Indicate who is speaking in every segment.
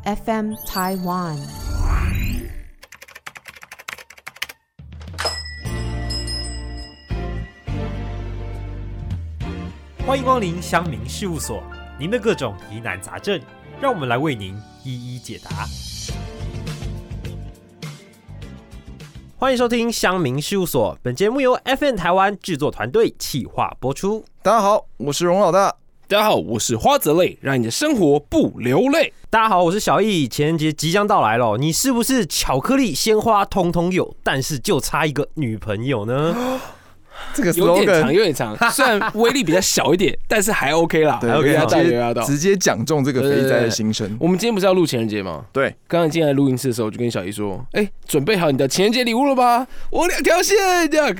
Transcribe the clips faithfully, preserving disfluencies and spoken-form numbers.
Speaker 1: F M Taiwan。
Speaker 2: 欢迎光临乡民事务所，您的各种疑难杂症，让我们来为您一一解答。欢迎收听乡民事务所，本节目由 F M 台湾制作团队企划播出。
Speaker 3: 大家好，我是荣老大。
Speaker 4: 大家好，我是花泽类，让你的生活不流泪。
Speaker 2: 大家好，我是小易。情人节即将到来了，你是不是巧克力、鲜花通通有，但是就差一个女朋友呢？
Speaker 3: 这个
Speaker 4: slogan 有点长，有点长，虽然威力比较小一点，但是还 OK 啦，
Speaker 3: 对，
Speaker 4: 还 OK， 直接
Speaker 3: 直接讲中这个肥宅的心声。
Speaker 4: 我们今天不是要录情人节吗？
Speaker 3: 对，
Speaker 4: 刚刚进来录音室的时候，我就跟小姨说：“哎、欸，准备好你的情人节礼物了吗？我两条线这样。”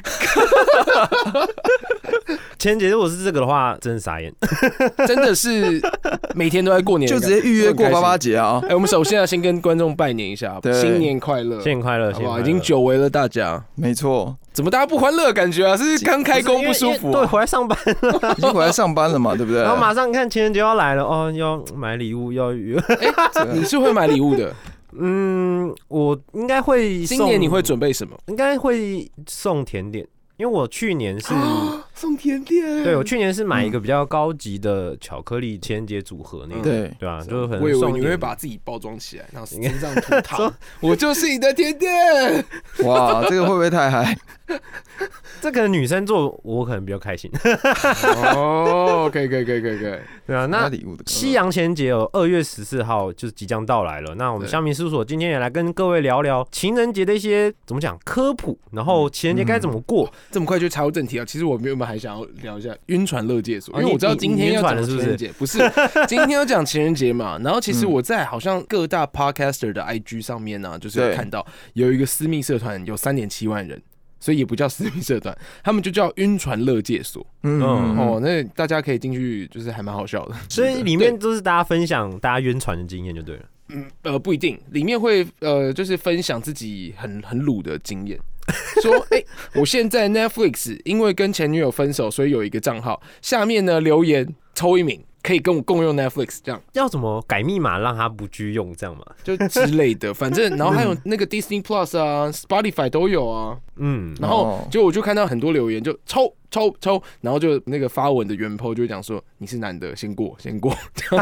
Speaker 2: 情人节如果是这个的话，真是傻眼，
Speaker 4: 真的是每天都在过年，
Speaker 3: 就直接预约过八八节啊！
Speaker 4: 哎、欸，我们首先要先跟观众拜年一下，新年快乐，
Speaker 2: 新年快乐，好不好？
Speaker 4: 已经久违了，大家。
Speaker 3: 没错。
Speaker 4: 怎么大家不欢乐的感觉啊？是刚开工不舒服、啊？
Speaker 2: 对，回来上班了，
Speaker 3: 已经回来上班了嘛，对不对？
Speaker 2: 然后马上看情人节要来了哦，要买礼物，要约。
Speaker 4: 欸、你是会买礼物的？
Speaker 2: 嗯，我应该会送。
Speaker 4: 今年你会准备什么？
Speaker 2: 应该会送甜点。因为我去年是、
Speaker 4: 哦、送甜点，
Speaker 2: 对我去年是买一个比较高级的巧克力情人节组合那个，
Speaker 3: 对
Speaker 2: 对吧？就是很
Speaker 4: 我以为你会把自己包装起来，然后身上涂糖，我就是你的甜点。
Speaker 3: 哇，这个会不会太嗨？
Speaker 2: 这个女生做我可能比较开心。
Speaker 4: 哦，可以可以可以可以可以，
Speaker 2: 对啊，那西洋情人节有二月十四号就是即将到来了。那我们乡民事务所今天也来跟各位聊聊情人节的一些怎么讲科普，然后情人节该怎么过。嗯、
Speaker 4: 这么快就插入正题啊！其实我原本还想要聊一下晕船乐界所，因为我知道今天要讲情人节，不是今天要讲情人节嘛。然后其实我在好像各大 podcaster 的 I G 上面呢、啊，就是有看到有一个私密社团有 三点七万人。所以也不叫私密社团，他们就叫晕船乐界所。嗯哦，那大家可以进去，就是还蛮好笑的。
Speaker 2: 所以里面都是大家分享大家晕船的经验就对了。
Speaker 4: 嗯呃不一定，里面会呃就是分享自己很很鲁的经验。说哎、欸，我现在 Netflix 因为跟前女友分手，所以有一个账号，下面呢留言抽一名。可以跟我共用 Netflix 这样，
Speaker 2: 要怎么改密码让他不拒用这样嘛？
Speaker 4: 就之类的，反正然后还有那个 Disney Plus 啊 ，Spotify 都有啊。嗯，然后就我就看到很多留言，就抽抽抽，然后就那个发文的原 po 就讲说你是男的，先过先过。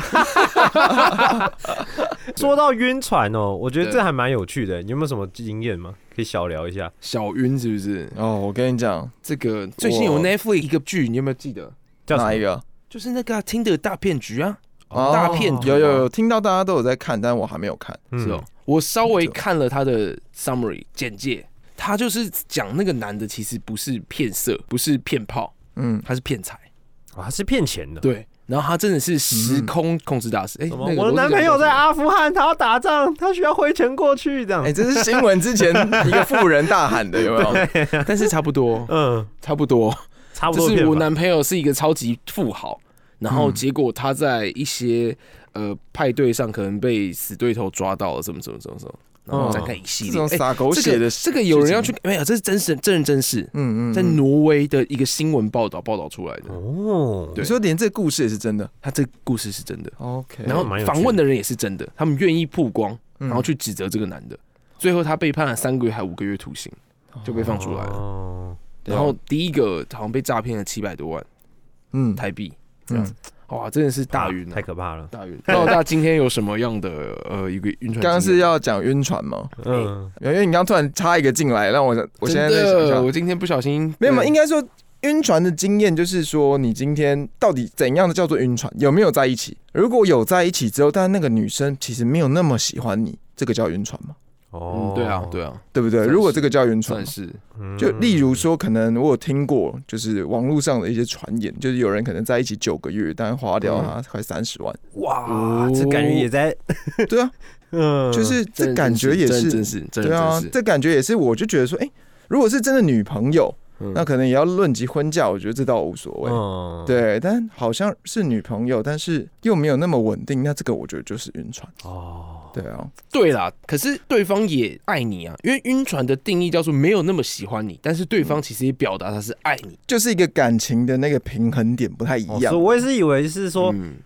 Speaker 2: 说到晕船哦，我觉得这还蛮有趣的，你有没有什么经验吗？可以小聊一下。
Speaker 4: 小晕是不是？
Speaker 3: 哦，我跟你讲，
Speaker 4: 这个最近有 Netflix 一个剧，你有没有记得？
Speaker 3: 叫哪一个？
Speaker 4: 就是那个听的大骗局啊，哦、大骗局、
Speaker 3: 啊、有有有听到大家都有在看，但我还没有看。
Speaker 4: 嗯、是哦，我稍微看了他的 summary 简介，他就是讲那个男的其实不是骗色，不是骗炮，嗯，他是骗财，
Speaker 2: 啊，他是骗钱的。
Speaker 4: 对，然后他真的是时空控制大师。哎、嗯欸，那個、
Speaker 2: 我的男朋友在阿富汗，他要打仗，他需要汇钱过去，这样。
Speaker 3: 哎、欸，这是新闻之前一个富人大喊的，有没有？
Speaker 4: 但是差不多，嗯，差不多。
Speaker 2: 差不多
Speaker 4: 就是我男朋友是一个超级富豪，然后结果他在一些呃派对上可能被死对头抓到了，什么什么什么什么，然后展开一系列
Speaker 3: 这种撒狗血的、欸
Speaker 4: 这個。这个有人要去没有？这是真实真人真事，嗯嗯，在挪威的一个新闻报道报道出来的。哦，
Speaker 3: 你说连这个故事也是真的？
Speaker 4: 他这个故事是真的。
Speaker 3: OK，
Speaker 4: 然后访问的人也是真的，他们愿意曝光，然后去指责这个男的，最后他被判了三个月还五个月徒刑，就被放出来了。哦。然后第一个好像被诈骗了七百多万，嗯，台币这样子，嗯、哇，真的是大晕、啊，
Speaker 2: 太可怕了，
Speaker 4: 大晕。那大今天有什么样的呃一个晕船？
Speaker 3: 刚刚是要讲晕船吗？嗯，因为你刚刚突然插一个进来，让我我现在在想想，
Speaker 4: 我今天不小心
Speaker 3: 没有嘛，应该说晕船的经验就是说，你今天到底怎样的叫做晕船？有没有在一起？如果有在一起之后，但那个女生其实没有那么喜欢你，这个叫晕船吗？
Speaker 4: 哦、嗯，对啊，对啊，
Speaker 3: 对不对？如果这个叫晕船，
Speaker 4: 算是，
Speaker 3: 就例如说，可能我有听过，就是网络上的一些传言，就是有人可能在一起九个月，但花掉他快三十万，
Speaker 2: 哇，哦、这感觉也在，
Speaker 3: 对啊，嗯，就是这感觉也是，
Speaker 4: 真是，
Speaker 3: 对啊，这感觉也是，我就觉得说，哎、欸，如果是真的女朋友。那可能也要论及婚嫁，我觉得这倒无所谓。嗯，对，但好像是女朋友，但是又没有那么稳定，那这个我觉得就是晕船。哦，对啊，
Speaker 4: 对啦，可是对方也爱你啊，因为晕船的定义叫做没有那么喜欢你，但是对方其实也表达他是爱你，
Speaker 3: 就是一个感情的那个平衡点不太一样。
Speaker 2: 哦、我也是以为是说，哎、嗯。欸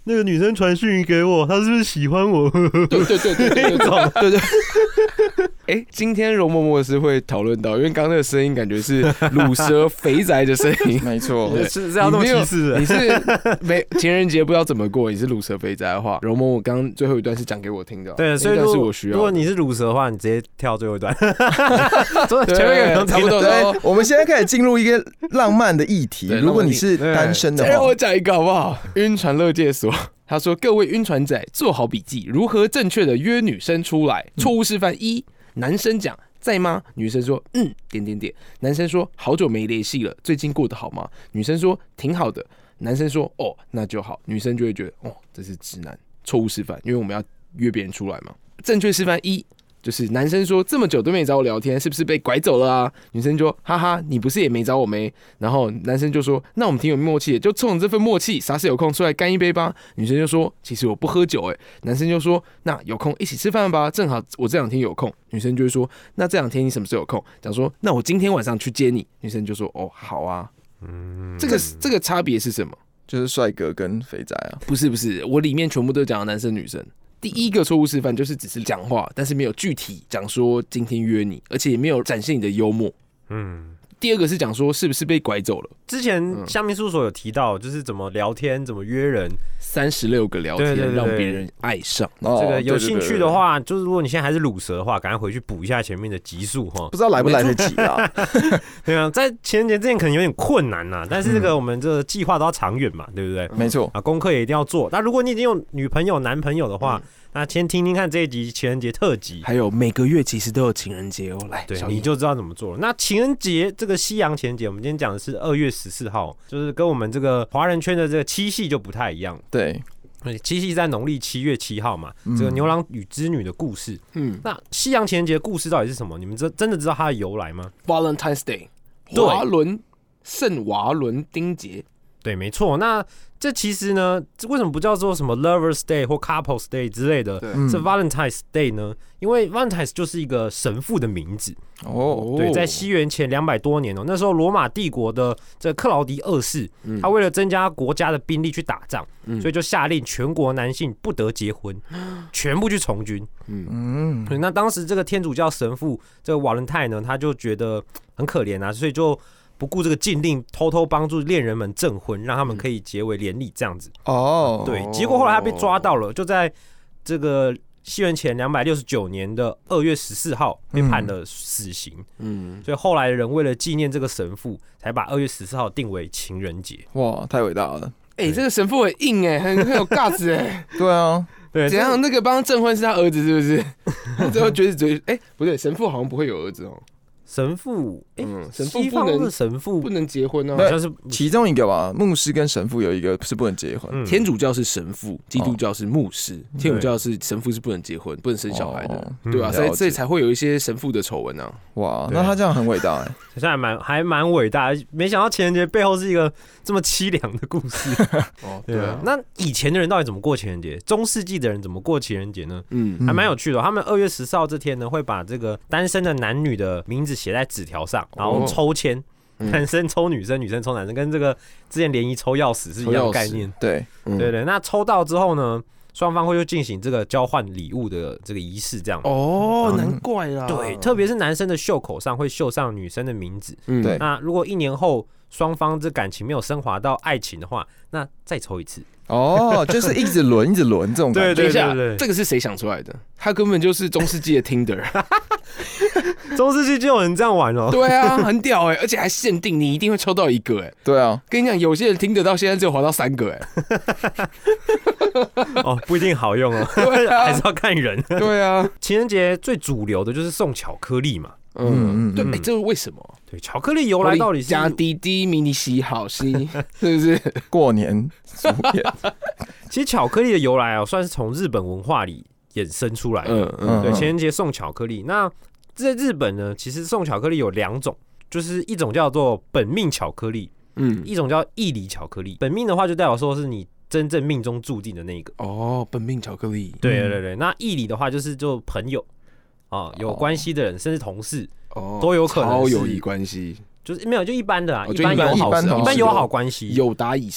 Speaker 2: 那个女生传讯给我，她是不是喜欢我？
Speaker 4: 对对对对对对对对。哎，今天容嬷嬷是会讨论到，因为刚刚那个声音感觉是乳蛇肥宅的声音，
Speaker 3: 没错，
Speaker 2: 是是要那么歧视的。
Speaker 4: 你是没情人节不知道怎么过，你是乳蛇肥宅的话，容嬷嬷刚最后一段是讲给我听的，
Speaker 2: 对，所以
Speaker 4: 是我需要。
Speaker 2: 如果你是乳蛇的话，你直接跳最后一段，
Speaker 4: 前面有差不多。
Speaker 3: 对，我们现在开始进入一个浪漫的议题。如果你是单身的话，
Speaker 4: 让我讲一个好不好？晕船乐界所。他说：“各位晕船仔，做好笔记，如何正确的约女生出来？错误示范一：男生讲在吗？女生说嗯点点点。男生说好久没联系了，最近过得好吗？女生说挺好的。男生说哦那就好。女生就会觉得哦这是直男。错误示范，因为我们要约别人出来嘛。正确示范一。”就是男生说这么久都没找我聊天，是不是被拐走了啊？女生说哈哈，你不是也没找我没？然后男生就说那我们挺有默契的，就冲着这份默契，啥时有空出来干一杯吧？女生就说其实我不喝酒哎、欸。男生就说那有空一起吃饭吧，正好我这两天有空。女生就会说那这两天你什么时候有空？讲说那我今天晚上去接你。女生就说哦好啊，嗯，这个这个差别是什么？
Speaker 3: 就是帅哥跟肥宅啊？
Speaker 4: 不是不是，我里面全部都讲男生女生。第一个错误示范就是只是讲话，但是没有具体讲说今天约你，而且也没有展现你的幽默。嗯。第二个是讲说是不是被拐走了。
Speaker 2: 之前虾米事务所有提到，就是怎么聊天，怎么约人，
Speaker 4: 三十六个聊天，对对对对，让别人爱上。
Speaker 2: 哦、这个有兴趣的话，就是如果你现在还是乳蛇的话，赶快回去补一下前面的集数哈。
Speaker 3: 不知道来不来得及啊？
Speaker 2: 对啊，在情人节之前可能有点困难呐，但是这个我们这个计划都要长远嘛，对不对？
Speaker 3: 没错
Speaker 2: 啊，功课也一定要做。那如果你已经有女朋友、男朋友的话，嗯那先听听看这一集情人节特辑，
Speaker 4: 还有每个月其实都有情人节哦。来，
Speaker 2: 对，你就知道怎么做了。那情人节这个西洋情人节，我们今天讲的是二月十四号，就是跟我们这个华人圈的这个七夕就不太一样。
Speaker 3: 对，
Speaker 2: 七夕在农历七月七号嘛，嗯、这个牛郎与织女的故事。嗯，那西洋情人节的故事到底是什么？你们真真的知道它的由来吗
Speaker 4: ？Valentine's Day， 华伦圣瓦伦丁节。
Speaker 2: 对，没错。那这其实呢，为什么不叫做什么 Lovers Day 或 Couples Day 之类的？是 Valentine's Day 呢？因为 Valentine's 就是一个神父的名字。哦，对，在西元前两百多年哦，那时候罗马帝国的这克劳迪二世，嗯、他为了增加国家的兵力去打仗，嗯、所以就下令全国男性不得结婚，嗯、全部去从军。嗯嗯，那当时这个天主教神父这个瓦伦泰呢，他就觉得很可怜啊，所以就不顾这个禁令，偷偷帮助恋人们证婚，让他们可以结为连理这样子。哦，对，结果后来他被抓到了，就在这个西元前两百六十九年的二月十四号被判了死刑。嗯，所以后来的人为了纪念这个神父，才把二月十四号定为情人节。
Speaker 3: 哇，太伟大了！
Speaker 4: 哎、欸，这个神父很硬哎、欸，很很有 guts 哎、欸。
Speaker 3: 对啊，
Speaker 4: 对，怎样？那个帮他证婚是他儿子是不是？最后觉得觉得，哎，不对，神父好像不会有儿子哦。
Speaker 2: 神父，哎、欸嗯，
Speaker 4: 神父
Speaker 2: 不能神父
Speaker 4: 不能结婚啊，
Speaker 3: 好像是其中一个吧。牧师跟神父有一个是不能结婚。
Speaker 4: 嗯、天主教是神父，基督教是牧师，哦、天主教是神父是不能结婚、不能生小孩的，哦、对吧、啊？所以所以才会有一些神父的丑闻啊。
Speaker 3: 哇，那他这样很伟大哎、欸，
Speaker 2: 好像还蛮还蛮伟大。没想到情人节背后是一个这么凄凉的故事。哦，对啊。那以前的人到底怎么过情人节？中世纪的人怎么过情人节呢？嗯，还蛮有趣的。他们二月十四号这天呢，会把这个单身的男女的名字写在纸条上。然后抽签，哦、男生抽女生，女生抽男生，跟这个之前联谊抽钥匙是一样的概念。
Speaker 3: 对，
Speaker 2: 嗯、对对。那抽到之后呢，双方会就进行这个交换礼物的这个仪式，这样。
Speaker 4: 哦，难怪啦。
Speaker 2: 对，特别是男生的袖口上会绣上女生的名字。
Speaker 3: 嗯，对。
Speaker 2: 那如果一年后双方这感情没有升华到爱情的话，那再抽一次。
Speaker 3: 哦，就是一直轮，一直轮这种感觉。
Speaker 2: 对对对 对, 對，
Speaker 4: 这个是谁想出来的？他根本就是中世纪的 Tinder。
Speaker 2: 中世纪就有人这样玩哦。
Speaker 4: 对啊，很屌哎、欸，而且还限定你一定会抽到一个哎、欸。
Speaker 3: 对啊，
Speaker 4: 跟你讲，有些人听得到现在只有滑到三个哎、欸。
Speaker 2: 哦，不一定好用哦。对啊，还是要看人。
Speaker 4: 对啊，
Speaker 2: 情人节最主流的就是送巧克力嘛。
Speaker 4: 嗯嗯，对，哎、欸，这是为什么？
Speaker 2: 对，巧克力由来到底是
Speaker 4: 加滴滴迷你喜好西，是不是？
Speaker 3: 过年薯片。
Speaker 2: 其实巧克力的由来啊，算是从日本文化里衍生出来的。嗯嗯，对，情人节送巧克力。那在日本呢，其实送巧克力有两种，就是一种叫做本命巧克力，嗯，一种叫义理巧克力。本命的话，就代表说是你真正命中注定的那个。
Speaker 4: 哦，本命巧克力。
Speaker 2: 对对对对，那义理的话，就是就朋友。啊，有关系的人，甚至同事，哦，都有可能
Speaker 4: 超友谊关系，
Speaker 2: 就是没有就一般的啊，一般友好，一般友好关系，
Speaker 4: 友达以上。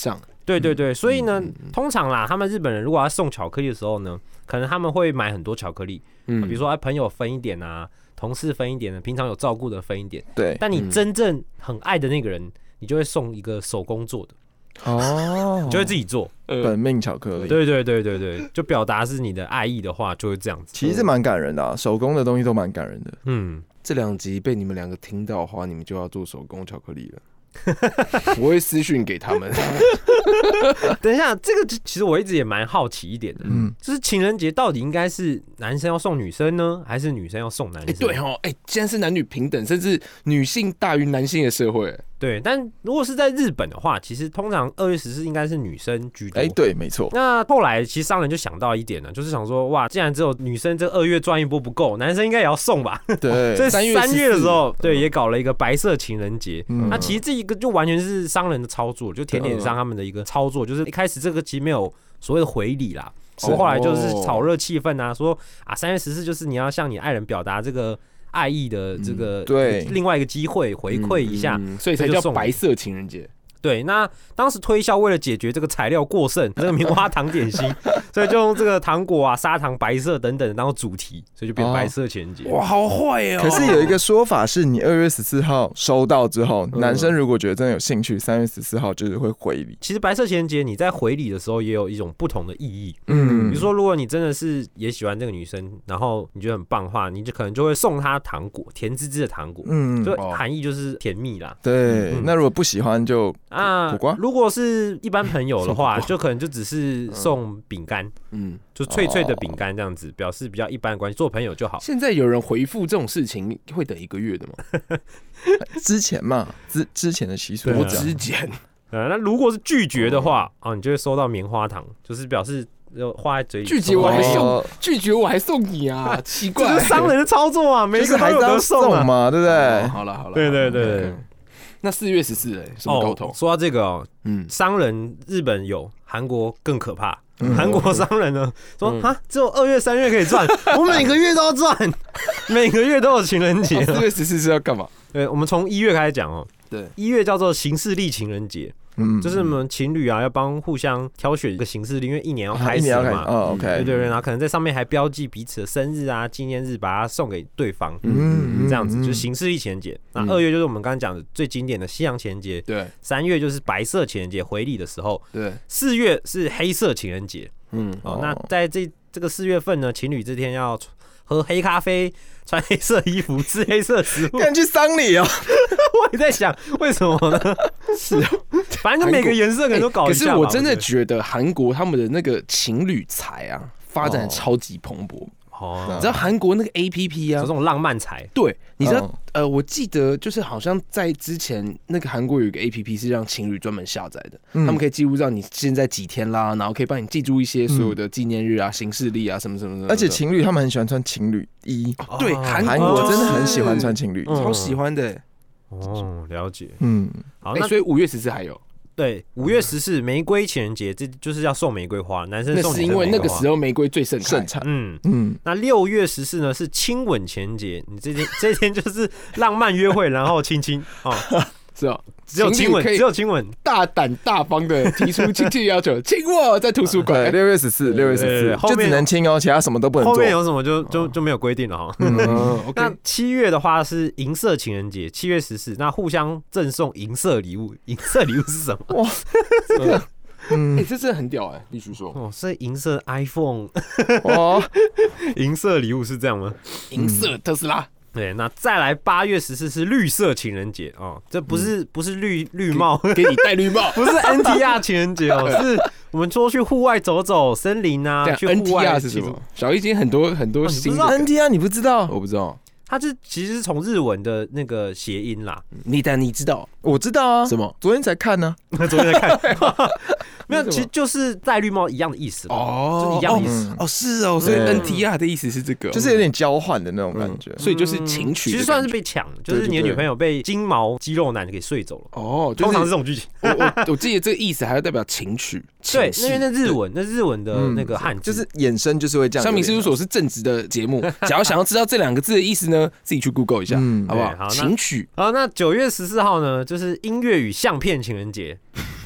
Speaker 2: 对对对，所以呢，嗯、通常啦，他们日本人如果要送巧克力的时候呢，可能他们会买很多巧克力，嗯，比如说朋友分一点啊，同事分一点的，平常有照顾的分一点。
Speaker 3: 对，
Speaker 2: 但你真正很爱的那个人，你就会送一个手工做的。哦，你就会自己做
Speaker 3: 本命巧克力。
Speaker 2: 对对对对对，就表达是你的爱意的话，就会这样子。
Speaker 3: 其实蛮感人的、啊，手工的东西都蛮感人的。
Speaker 4: 嗯，这两集被你们两个听到的话，你们就要做手工巧克力了。我会私讯给他们。
Speaker 2: 等一下，这个其实我一直也蛮好奇一点的，嗯，就是情人节到底应该是男生要送女生呢，还是女生要送男生？
Speaker 4: 欸、对哦，哎、欸，现在是男女平等，甚至女性大于男性的社会。
Speaker 2: 对，但如果是在日本的话，其实通常二月十四应该是女生居多。
Speaker 3: 哎、欸，对，没错。
Speaker 2: 那后来其实商人就想到一点了，就是想说，哇，既然只有女生这二月赚一波不够，男生应该也要送吧？
Speaker 3: 对。
Speaker 2: 所以三月的时候，对，也搞了一个白色情人节。嗯、那其实这一个就完全是商人的操作，就甜点商他们的一个操作，就是一开始这个其实没有所谓的回礼啦，是后来就是炒热气氛啊，说啊三月十四就是你要向你爱人表达这个。爱意的这个、嗯、
Speaker 3: 对
Speaker 2: 另外一个机会回馈一下、嗯
Speaker 4: 嗯，所以才叫白色情人节。
Speaker 2: 对，那当时推销为了解决这个材料过剩，这个棉花糖点心，所以就用这个糖果啊、砂糖、白色等等当做主题，所以就变白色情人节。
Speaker 4: 哇，好坏哦！
Speaker 3: 可是有一个说法是，你二月十四号收到之后，嗯、男生如果觉得真的有兴趣，三月十四号就是会回礼。
Speaker 2: 其实白色情人节你在回礼的时候也有一种不同的意义。嗯，比如说如果你真的是也喜欢这个女生，然后你觉得很棒的话，你就可能就会送她糖果，甜滋滋的糖果。嗯，就含义就是甜蜜啦。
Speaker 3: 对，嗯、那如果不喜欢就。
Speaker 2: 啊，如果是一般朋友的话，就可能就只是送饼干，嗯，就脆脆的饼干这样子，表示比较一般的关系，做朋友就好。
Speaker 4: 现在有人回复这种事情会等一个月的吗？
Speaker 3: 之前嘛，之之前的习俗，
Speaker 4: 我之前。
Speaker 2: 呃，那如果是拒绝的话，哦，你就会收到棉花糖，就是表示画在嘴里。
Speaker 4: 拒绝我还送，拒绝我还送你啊，奇怪，
Speaker 2: 这是商人的操作啊，每一个都有得送啊
Speaker 3: 嘛，对不对？
Speaker 4: 好了好了，
Speaker 2: 对对对。
Speaker 4: 那四月十四哎，什么高头？
Speaker 2: 哦、说到这个哦，嗯，商人日本有，韩国更可怕。韩、嗯、国商人呢说啊、嗯，只有二月、三月可以赚，我每个月都要赚，每个月都有情人节。
Speaker 4: 四、哦、月十四是要干嘛？
Speaker 2: 对，我们从一月开始讲哦。
Speaker 4: 对，
Speaker 2: 一月叫做行事历情人节。嗯，就是我们情侣啊，要帮互相挑选一个行事历，因为一年要开始嘛。
Speaker 3: 哦 ，OK，
Speaker 2: 对对对，然后可能在上面还标记彼此的生日啊、纪念日，把它送给对方。嗯，这样子就是行事历情人节。那二月就是我们刚刚讲的最经典的西洋情人节。
Speaker 4: 对，
Speaker 2: 三月就是白色情人节回礼的时候。
Speaker 4: 对，
Speaker 2: 四月是黑色情人节。嗯，哦，那在这这个四月份呢，情侣这天要喝黑咖啡，穿黑色衣服，吃黑色食物。
Speaker 3: 赶紧去丧礼哦！
Speaker 2: 我也在想，为什么呢？是啊，反正就每个颜色可能都搞一下、欸。
Speaker 4: 可是我真的觉得韩国他们的那个情侣财啊，发展超级蓬勃。哦，你知道韩国那个 A P P 啊，
Speaker 2: 有这种浪漫财。
Speaker 4: 对，你知道、哦、呃，我记得就是好像在之前那个韩国有一个 A P P 是让情侣专门下载的、嗯，他们可以记录到你现在几天啦，然后可以帮你记住一些所有的纪念日啊、行事历啊什么什么的。
Speaker 3: 而且情侣他们很喜欢穿情侣衣，
Speaker 4: 哦、对，韩
Speaker 3: 韩国真的很喜欢穿情侣衣，
Speaker 4: 嗯、超喜欢的。
Speaker 2: 哦，了解。
Speaker 3: 嗯，
Speaker 2: 好，
Speaker 4: 那、欸、所以五月十四还有。
Speaker 2: 对，五月十四玫瑰情人节，这就是要送玫瑰花，男生送女生玫瑰花。那是
Speaker 4: 因为那个时候玫瑰最盛
Speaker 3: 盛产。
Speaker 2: 嗯嗯。那六月十四呢是亲吻情人节，你这天这天就是浪漫约会，然后亲亲哦，
Speaker 4: 是哦，
Speaker 2: 只有亲吻，只有亲吻，
Speaker 4: 大胆大方的提出亲亲要求，亲我在图书馆。
Speaker 3: 六月十四，六月十四，就只能亲哦，其他什么都不能做。
Speaker 2: 后面有什么就就就没有规定了哈。嗯，那七月的话是银色情人节，七月十四，那互相赠送银色礼物，银色礼物是什么？哇，
Speaker 4: 这个。嗯，哎、欸，这真的很屌哎、欸，必须说。
Speaker 2: 哦，是银色 iPhone， 哇，银色礼物是这样吗？
Speaker 4: 银色特斯拉。
Speaker 2: 对，那再来八月十四是绿色情人节哦，这不是、嗯、不是绿绿帽，
Speaker 4: 给你戴绿帽，
Speaker 2: 不是 N T R 情人节哦，是我们说去户外走走，森林啊，去户外
Speaker 4: N T R 是什么？小一今天很多很多新的、
Speaker 3: 哦、N T R 你不知道？
Speaker 4: 我不知道。
Speaker 2: 它是其实是从日文的那个谐音啦，
Speaker 4: 你但你知道？
Speaker 3: 我知道啊，
Speaker 4: 什么？
Speaker 3: 昨天才看呢、
Speaker 2: 啊，昨天才看，没有，其实就是戴绿帽一样的意思哦，就一样的意思
Speaker 4: 哦, 哦，是哦，所以 N T R 的意思是这个，
Speaker 3: 就是有点交换的那种感觉，
Speaker 4: 嗯、所以就是情趣，
Speaker 2: 其实算是被抢，就是你的女朋友被金毛肌肉男给睡走了哦，通常是这种剧情。
Speaker 4: 我我我记得这个意思还要代表情趣，
Speaker 2: 对，因为那日文，那日文的那个汉字，
Speaker 3: 就是衍生就是会这样。
Speaker 4: 乡民事务所是正直的节目，只要想要知道这两个字的意思呢，自己去 Google 一下，嗯、好不好？好，情趣。
Speaker 2: 好，那九月十四号呢，就是音乐与相片情人节。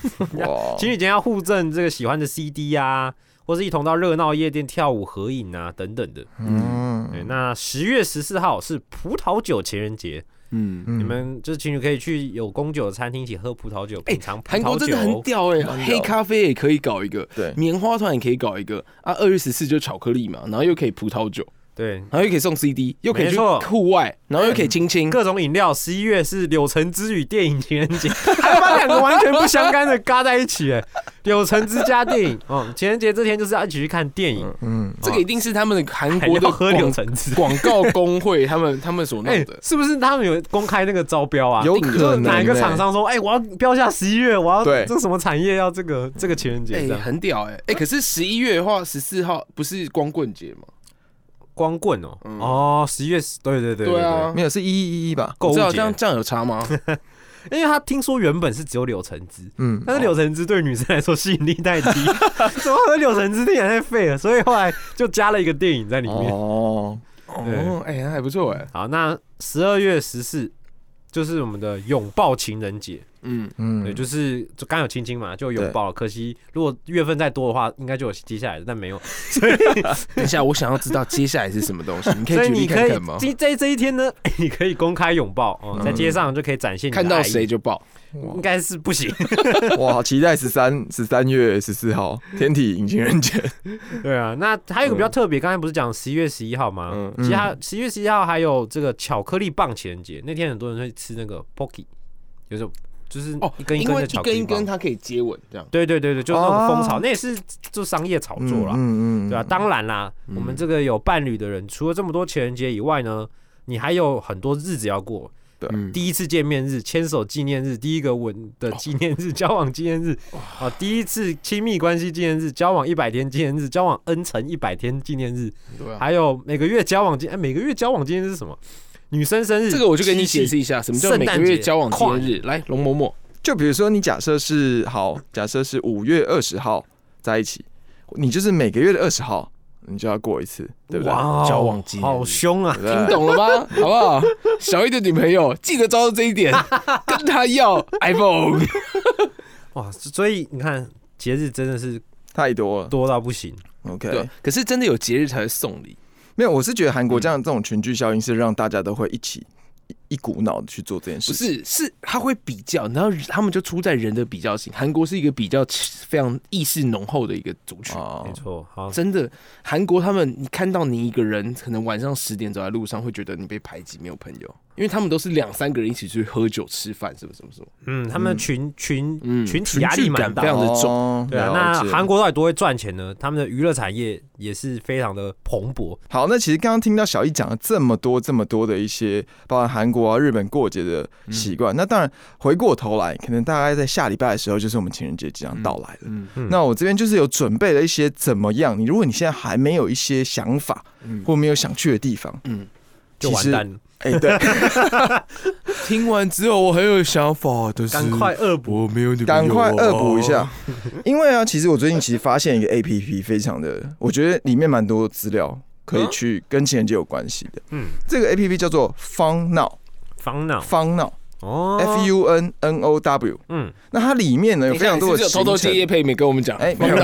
Speaker 2: 情侣间要互赠这个喜欢的 C D 啊，或是一同到热闹夜店跳舞合影啊等等的。嗯，对，那十月十四号是葡萄酒情人节。嗯，你们就是情侣可以去有供酒的餐厅一起喝葡萄酒，品尝葡萄酒。韩国
Speaker 4: 真的很屌哎、欸，黑咖啡也可以搞一个，对，棉花糖也可以搞一个啊。二月十四就是巧克力嘛，然后又可以葡萄酒。对，然后又可以送 C D， 又可以去户外，然后又可以亲亲
Speaker 2: 各种饮料。十一月是柳橙汁与电影情人节，还把两个完全不相干的嘎在一起，哎，柳橙汁加电影，哦，情人节这天就是要一起去看电影，
Speaker 4: 嗯，这个一定是他们的韩国的
Speaker 2: 喝柳橙汁
Speaker 4: 广告工会，他们他们所弄的，
Speaker 2: 是不是？他们有公开那个招标啊？
Speaker 3: 有可能
Speaker 2: 哪一个厂商说，哎，我要标下十一月，我要这什么产业要这个这个情人节，哎，
Speaker 4: 很屌哎，哎，可是十一月的话，十四号不是光棍节吗？
Speaker 2: 光棍哦，嗯、哦，十一月，对对对
Speaker 4: 对, 对啊，
Speaker 3: 没有是一一一吧？
Speaker 4: 购物节这样这样有差吗？
Speaker 2: 因为他听说原本是只有柳橙汁，嗯，但是柳橙汁对女生来说吸引力太低，怎么喝柳橙汁听起来太废了，所以后来就加了一个电影在里面。哦，
Speaker 4: 哦，哎、欸，还不错哎。
Speaker 2: 好，那十二月十四就是我们的拥抱情人节。嗯嗯，对，就是就刚有亲亲嘛，就拥抱了。可惜如果月份再多的话，应该就有接下来的，但没有。所以
Speaker 4: 等一下，我想要知道接下来是什么东西，你可以举例看看吗？
Speaker 2: 这在这一天呢，你可以公开拥抱哦，在街上就可以展现你的
Speaker 4: 看到谁就抱，
Speaker 2: 应该是不行。
Speaker 3: 哇，好期待十三十三月十四号天体影情人节。
Speaker 2: 对啊，那还有一个比较特别，刚才不是讲十一月十一号吗？嗯，其他十一月十一号还有这个巧克力棒情人节，那天很多人会吃那个 Pocky， 有时候。就是一根一根的巧克力棒，
Speaker 4: 因为一根一根它可以接吻，这样。
Speaker 2: 对对对对，就是那种风潮，那也是就商业炒作啦，嗯嗯，对啊，当然啦，我们这个有伴侣的人，除了这么多情人节以外呢，你还有很多日子要过。对，第一次见面日、牵手纪念日、第一个吻的纪念日、交往纪念日啊，第一次亲密关系纪念日、交往一百天纪念日、交往 N 乘一百天纪念日，还有每个月交往纪，哎，每个月交往纪念日是什么？女生生日，
Speaker 4: 这个我就跟你解释一下，什么叫每个月交往纪念日？来，龙嬷嬷，
Speaker 3: 就比如说你假设是好，假设是五月二十号在一起，你就是每个月的二十号，你就要过一次，对不对？
Speaker 4: 交往纪念日，
Speaker 2: 好凶啊！
Speaker 4: 听懂了吗？好不好？小一的女朋友记得抓住这一点，跟他要 iPhone。
Speaker 2: 哇，所以你看节日真的是
Speaker 3: 太多了，
Speaker 2: 多到不行。
Speaker 3: OK，
Speaker 4: 对，可是真的有节日才会送礼。
Speaker 3: 没有，我是觉得韩国这样这种群聚效应是让大家都会一起一股脑的去做这件事
Speaker 4: 情。不是，是他会比较，然后他们就出在人的比较性。韩国是一个比较非常意识浓厚的一个族群，
Speaker 2: 哦、没错。好，
Speaker 4: 真的，韩国他们，你看到你一个人，可能晚上十点走在路上，会觉得你被排挤，没有朋友。因为他们都是两三个人一起去喝酒吃饭，什么什么什么。
Speaker 2: 嗯，他们群群、嗯、群体压力蛮大，
Speaker 4: 非常的重。
Speaker 2: 对啊，那韩国到底多会赚钱呢？他们的娱乐产业也是非常的蓬勃。
Speaker 3: 好，那其实刚刚听到小易讲了这么多这么多的一些，包括韩国啊、日本过节的习惯。嗯、那当然回过头来，可能大概在下礼拜的时候，就是我们情人节即将到来了。嗯嗯、那我这边就是有准备了一些怎么样？你如果你现在还没有一些想法，嗯、或没有想去的地方，嗯，
Speaker 2: 就完蛋了。
Speaker 3: 哎、欸，对，
Speaker 4: 听完之后我很有想法的是，
Speaker 2: 赶快恶补，
Speaker 4: 我没有女朋友，
Speaker 3: 赶快恶补一下。因为啊，其实我最近其实发现一个 A P P， 非常的，我觉得里面蛮多资料可以去跟情人节有关系的。嗯，这个 A P P 叫做 Fun Now，Fun
Speaker 2: Now，Fun
Speaker 3: Now。哦 ，F U N N O W， 嗯，那它里面呢有非常多的行程，
Speaker 4: 偷偷接业配没跟我们讲，哎、欸，没有，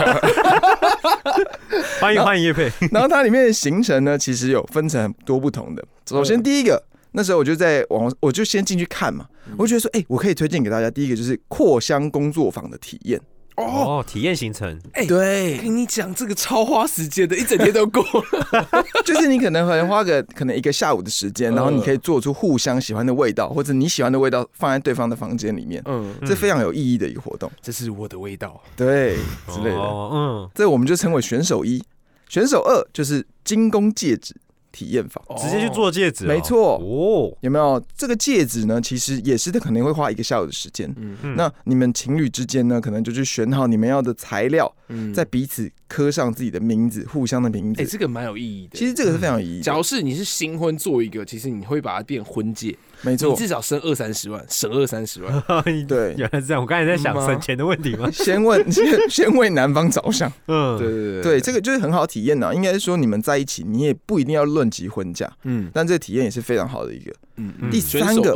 Speaker 2: 欢迎欢迎业配。
Speaker 3: 然后它里面的行程呢，其实有分成很多不同的。首先第一个，那时候我就在网，我就先进去看嘛，我就觉得说，哎、欸，我可以推荐给大家，第一个就是扩香工作坊的体验。
Speaker 2: 哦，体验行程，
Speaker 4: 哎、欸，对，跟你讲这个超花时间的，一整天都过了。
Speaker 3: 就是你可能可能花个可能一个下午的时间，然后你可以做出互相喜欢的味道，或者你喜欢的味道放在对方的房间里面，嗯，这非常有意义的一个活动。
Speaker 4: 这是我的味道，
Speaker 3: 对，之类的，哦、嗯，这我们就称为选手一，选手二就是精工戒指体验法，
Speaker 2: 直接去做戒指、哦，
Speaker 3: 没错哦。有没有这个戒指呢？其实也是可能会花一个下午的时间。嗯嗯。那你们情侣之间呢，可能就去选好你们要的材料，嗯，在彼此刻上自己的名字，互相的名字。
Speaker 4: 哎、欸，这个蛮有意义的。
Speaker 3: 其实这个是非常有意义的。
Speaker 4: 假如是你是新婚做一个，其实你会把它变婚戒。
Speaker 3: 没错，
Speaker 4: 你至少省二三十万，省二三十万。
Speaker 3: 对，
Speaker 2: 原来是这样。我刚才在想省钱的问题吗？
Speaker 3: 先问，先先为男方着想。
Speaker 4: 嗯，对对对，
Speaker 3: 对，这个就是很好体验呐。应该是说你们在一起，你也不一定要论及婚嫁。嗯，但这个体验也是非常好的一个。嗯，第三个，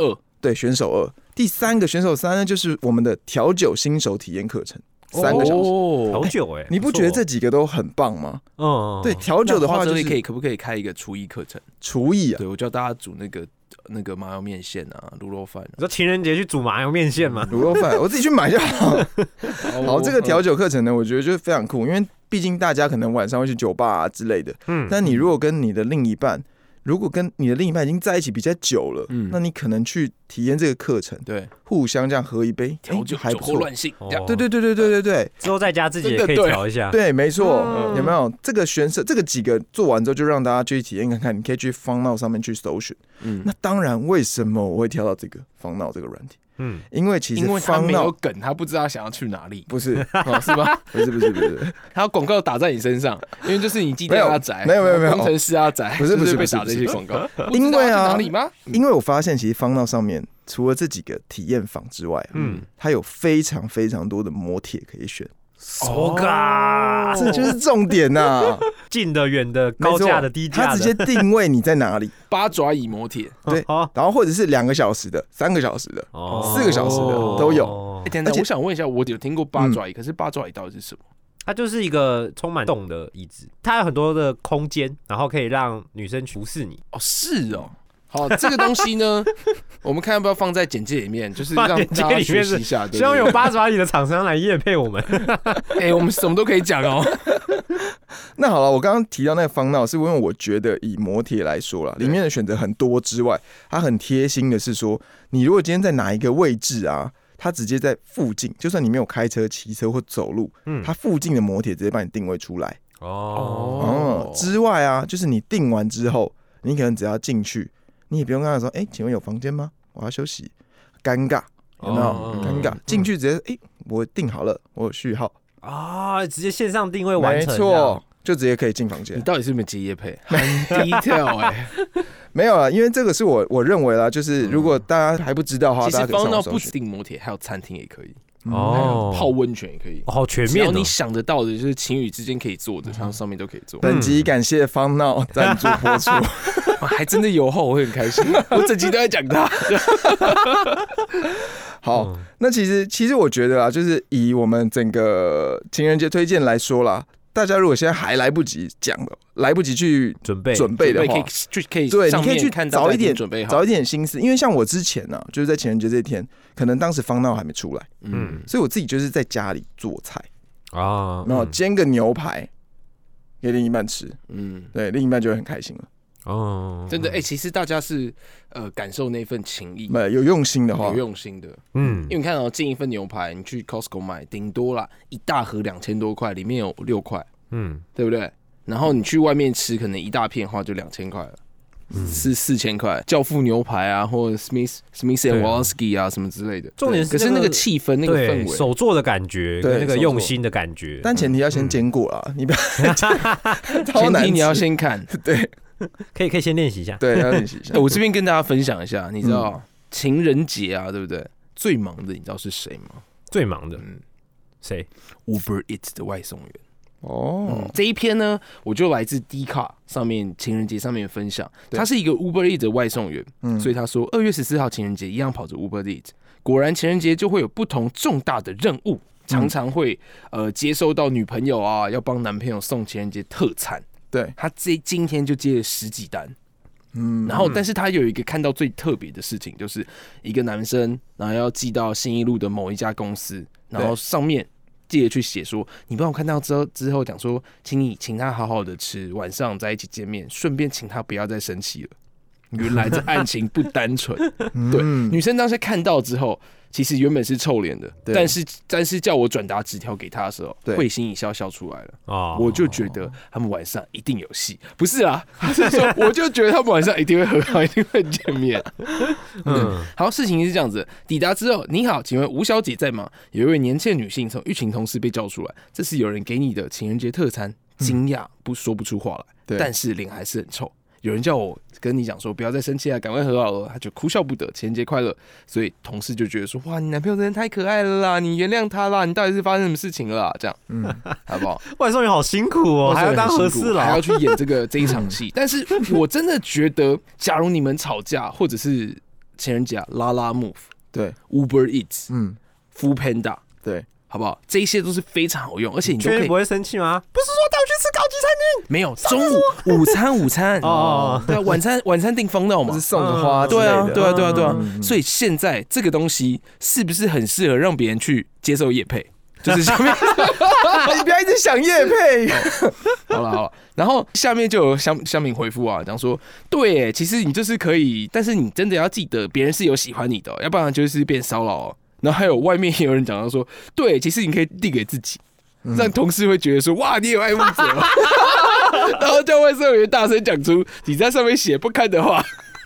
Speaker 3: 对，选手二。第三个选手三呢，就是我们的调酒新手体验课程。三个小时
Speaker 2: 调酒哎，
Speaker 3: 你不觉得这几个都很棒吗？嗯，对，调酒的话就是
Speaker 4: 可以可不可以开一个厨艺课程？
Speaker 3: 厨艺啊，
Speaker 4: 对我教大家煮那个那个麻油面线啊，卤肉饭。
Speaker 2: 你说情人节去煮麻油面线吗？
Speaker 3: 卤肉饭我自己去买就好。好，这个调酒课程呢，我觉得就非常酷，因为毕竟大家可能晚上会去酒吧啊之类的，嗯，但你如果跟你的另一半。如果跟你的另一半已经在一起比较久了，嗯，那你可能去体验这个课程，
Speaker 4: 对，
Speaker 3: 互相这样喝一杯，
Speaker 4: 调酒还不错，乱性，
Speaker 3: 对对对对对对对，
Speaker 2: 之后在家自己也可以调一下，
Speaker 3: 对，没错，嗯、有没有这个选手这个几个做完之后，就让大家去体验看看，你可以去FunNow上面去搜寻，嗯，那当然，为什么我会挑到这个FunNow这个软体？嗯，因为其实
Speaker 4: 因为他没有梗，他不知道想要去哪里，
Speaker 3: 不是
Speaker 4: 哦，是吗？
Speaker 3: 不是不是不是，
Speaker 4: 他广告打在你身上，因为就是你记得阿宅，
Speaker 3: 没有没有没有
Speaker 4: 工程师阿宅，
Speaker 3: 不是不是
Speaker 4: 被打这些广告，
Speaker 3: 因为啊，
Speaker 4: 哪里吗？
Speaker 3: 因为我发现其实FunNow上面除了这几个体验坊之外，嗯，它有非常非常多的摩铁可以选。
Speaker 2: So God，
Speaker 3: 这就是重点呐、啊！
Speaker 2: 近的、远的、高价的、低价的，
Speaker 3: 它直接定位你在哪里。
Speaker 4: 八爪椅摩铁，
Speaker 3: 对，然后或者是两个小时的、三个小时的、哦、四个小时的都有。
Speaker 4: 欸、等等，我想问一下，我有听过八爪椅，嗯、可是八爪椅到底是什么？
Speaker 2: 它就是一个充满动的椅子，它有很多的空间，然后可以让女生服侍你。
Speaker 4: 哦，是哦。好，这个东西呢，我们看要不要放在简介里面，就是让大家学习一下。
Speaker 2: 希望有八爪椅的厂商来业配我们。
Speaker 4: 哎、欸，我们什么都可以讲哦。
Speaker 3: 那好了，我刚刚提到那个FunNow，是因为我觉得以摩铁来说啦，里面的选择很多之外，它很贴心的是说，你如果今天在哪一个位置啊，它直接在附近，就算你没有开车、骑车或走路，嗯，它附近的摩铁直接帮你定位出来。哦，嗯，之外啊，就是你定完之后，你可能只要进去。你也不用跟他说，哎、欸，请问有房间吗？我要休息。尴尬，有没有？尴尬，进去直接，哎、欸，我订好了，我有序号
Speaker 2: 啊，直接线上定位完成，
Speaker 3: 没错，就直接可以进房间。
Speaker 4: 你到底是没有接业配？很 detail 哎、欸，
Speaker 3: 没有啦，因为这个是我我认为啦，就是如果大家还不知道的话，
Speaker 4: 其实
Speaker 3: FunNow
Speaker 4: 到不止订摩铁，还有餐厅也可以。哦，泡温泉也可以，
Speaker 2: 哦、好全面、哦。只
Speaker 4: 要你想得到的，就是情侣之间可以做的，它上面都可以做。
Speaker 3: 本集感谢FunNow赞助播出，
Speaker 4: 还真的有后，我会很开心。我整集都在讲它。
Speaker 3: 好，那其实其实我觉得啊，就是以我们整个情人节推荐来说啦。大家如果现在还来不及讲的，来不及去准备准备的话，
Speaker 4: 可以
Speaker 3: 对，你可以去早一点
Speaker 4: 准备好，
Speaker 3: 早一点心思。因为像我之前呢、啊，就是在情人节这一天，可能当时FunNow还没出来，嗯，所以我自己就是在家里做菜啊，然后煎个牛排给另一半吃，嗯，对，另一半就会很开心了。
Speaker 4: 哦，真的，哎、欸，其实大家是呃感受那份情谊，
Speaker 3: 有用心的话，
Speaker 4: 有用心的，嗯，因为你看到、喔、进一份牛排，你去 Costco 买，顶多啦一大盒两千多块，里面有六块，嗯，对不对？然后你去外面吃，可能一大片的话就两千块了，嗯，是四千块。教父牛排啊，或者 Smith Smith and Wollensky 啊什么之类的，
Speaker 2: 重点是、
Speaker 4: 那個、可是那个气氛、那个氛围，
Speaker 2: 手做的感觉，跟那个用心的感觉，
Speaker 3: 但前提要先煎过啦，嗯、你不要，
Speaker 4: 前提你要先看，
Speaker 3: 对。
Speaker 2: 可以可以先练习一下，
Speaker 3: 对，要练习一下。
Speaker 4: 我这边跟大家分享一下，你知道、嗯、情人节啊，对不对？最忙的你知道是谁吗？
Speaker 2: 最忙的，嗯，谁
Speaker 4: ？Uber Eats 的外送员。哦、嗯，这一篇呢，我就来自 D 卡上面情人节上面的分享。他是一个 Uber Eats 的外送员，嗯、所以他说二月十四号情人节一样跑着 Uber Eats。果然情人节就会有不同重大的任务，常常会呃接收到女朋友啊要帮男朋友送情人节特餐。
Speaker 3: 对，
Speaker 4: 他这今天就接了十几单，嗯，然后但是他有一个看到最特别的事情，就是一个男生，然后要寄到信义路的某一家公司，然后上面记得去写说，你帮我看到之后之后讲说，请你请他好好的吃，晚上在一起见面，顺便请他不要再生气了。原来这案情不单纯，对，女生当时看到之后。其实原本是臭脸的，但是但是叫我转达纸条给他的时候，会心一笑笑出来了。哦，我就觉得他们晚上一定有戏，不是啊，是说我就觉得他们晚上一定会和好，一定会见面。嗯，好，事情是这样子，抵达之后，你好，请问吴小姐在吗？有一位年轻的女性从一群同事被叫出来，这是有人给你的情人节特餐，惊讶不说不出话来，但是脸还是很臭。有人叫我跟你讲说不要再生气了，赶快和好了，他就哭笑不得，情人节快乐。所以同事就觉得说，哇，你男朋友真的太可爱了啦，你原谅他啦，你到底是发生什么事情了啦？这样，嗯，好不好？
Speaker 2: 外送员好辛苦哦，还要当和事佬，
Speaker 4: 还要去演这个这一场戏。但是我真的觉得，假如你们吵架，或者是情人节啊，拉拉 Move，
Speaker 3: 对
Speaker 4: ，Uber Eats，
Speaker 3: 嗯
Speaker 4: ，Food Panda，
Speaker 3: 对。
Speaker 4: 好不好？这一些都是非常好用，而且你都可以
Speaker 2: 不会生气吗？不是说带我去吃高级餐厅？
Speaker 4: 没有，中午午餐午餐哦，对啊，晚餐晚餐订风闹嘛，
Speaker 3: 是送个花之类
Speaker 4: 的，对啊，对啊，对啊，对啊。
Speaker 3: 嗯、
Speaker 4: 所以现在这个东西是不是很适合让别人去接受业配？就是下面
Speaker 3: 你不要一直想业配。
Speaker 4: 好了好了，然后下面就有乡乡民回复啊，讲说，对，其实你就是可以，但是你真的要记得，别人是有喜欢你的、哦，要不然就是变骚扰哦。然后还有外面也有人讲到说，对，其实你可以递给自己，让同事会觉得说，哇，你有爱慕者。然后叫外送员大声讲出你在上面写不堪的话。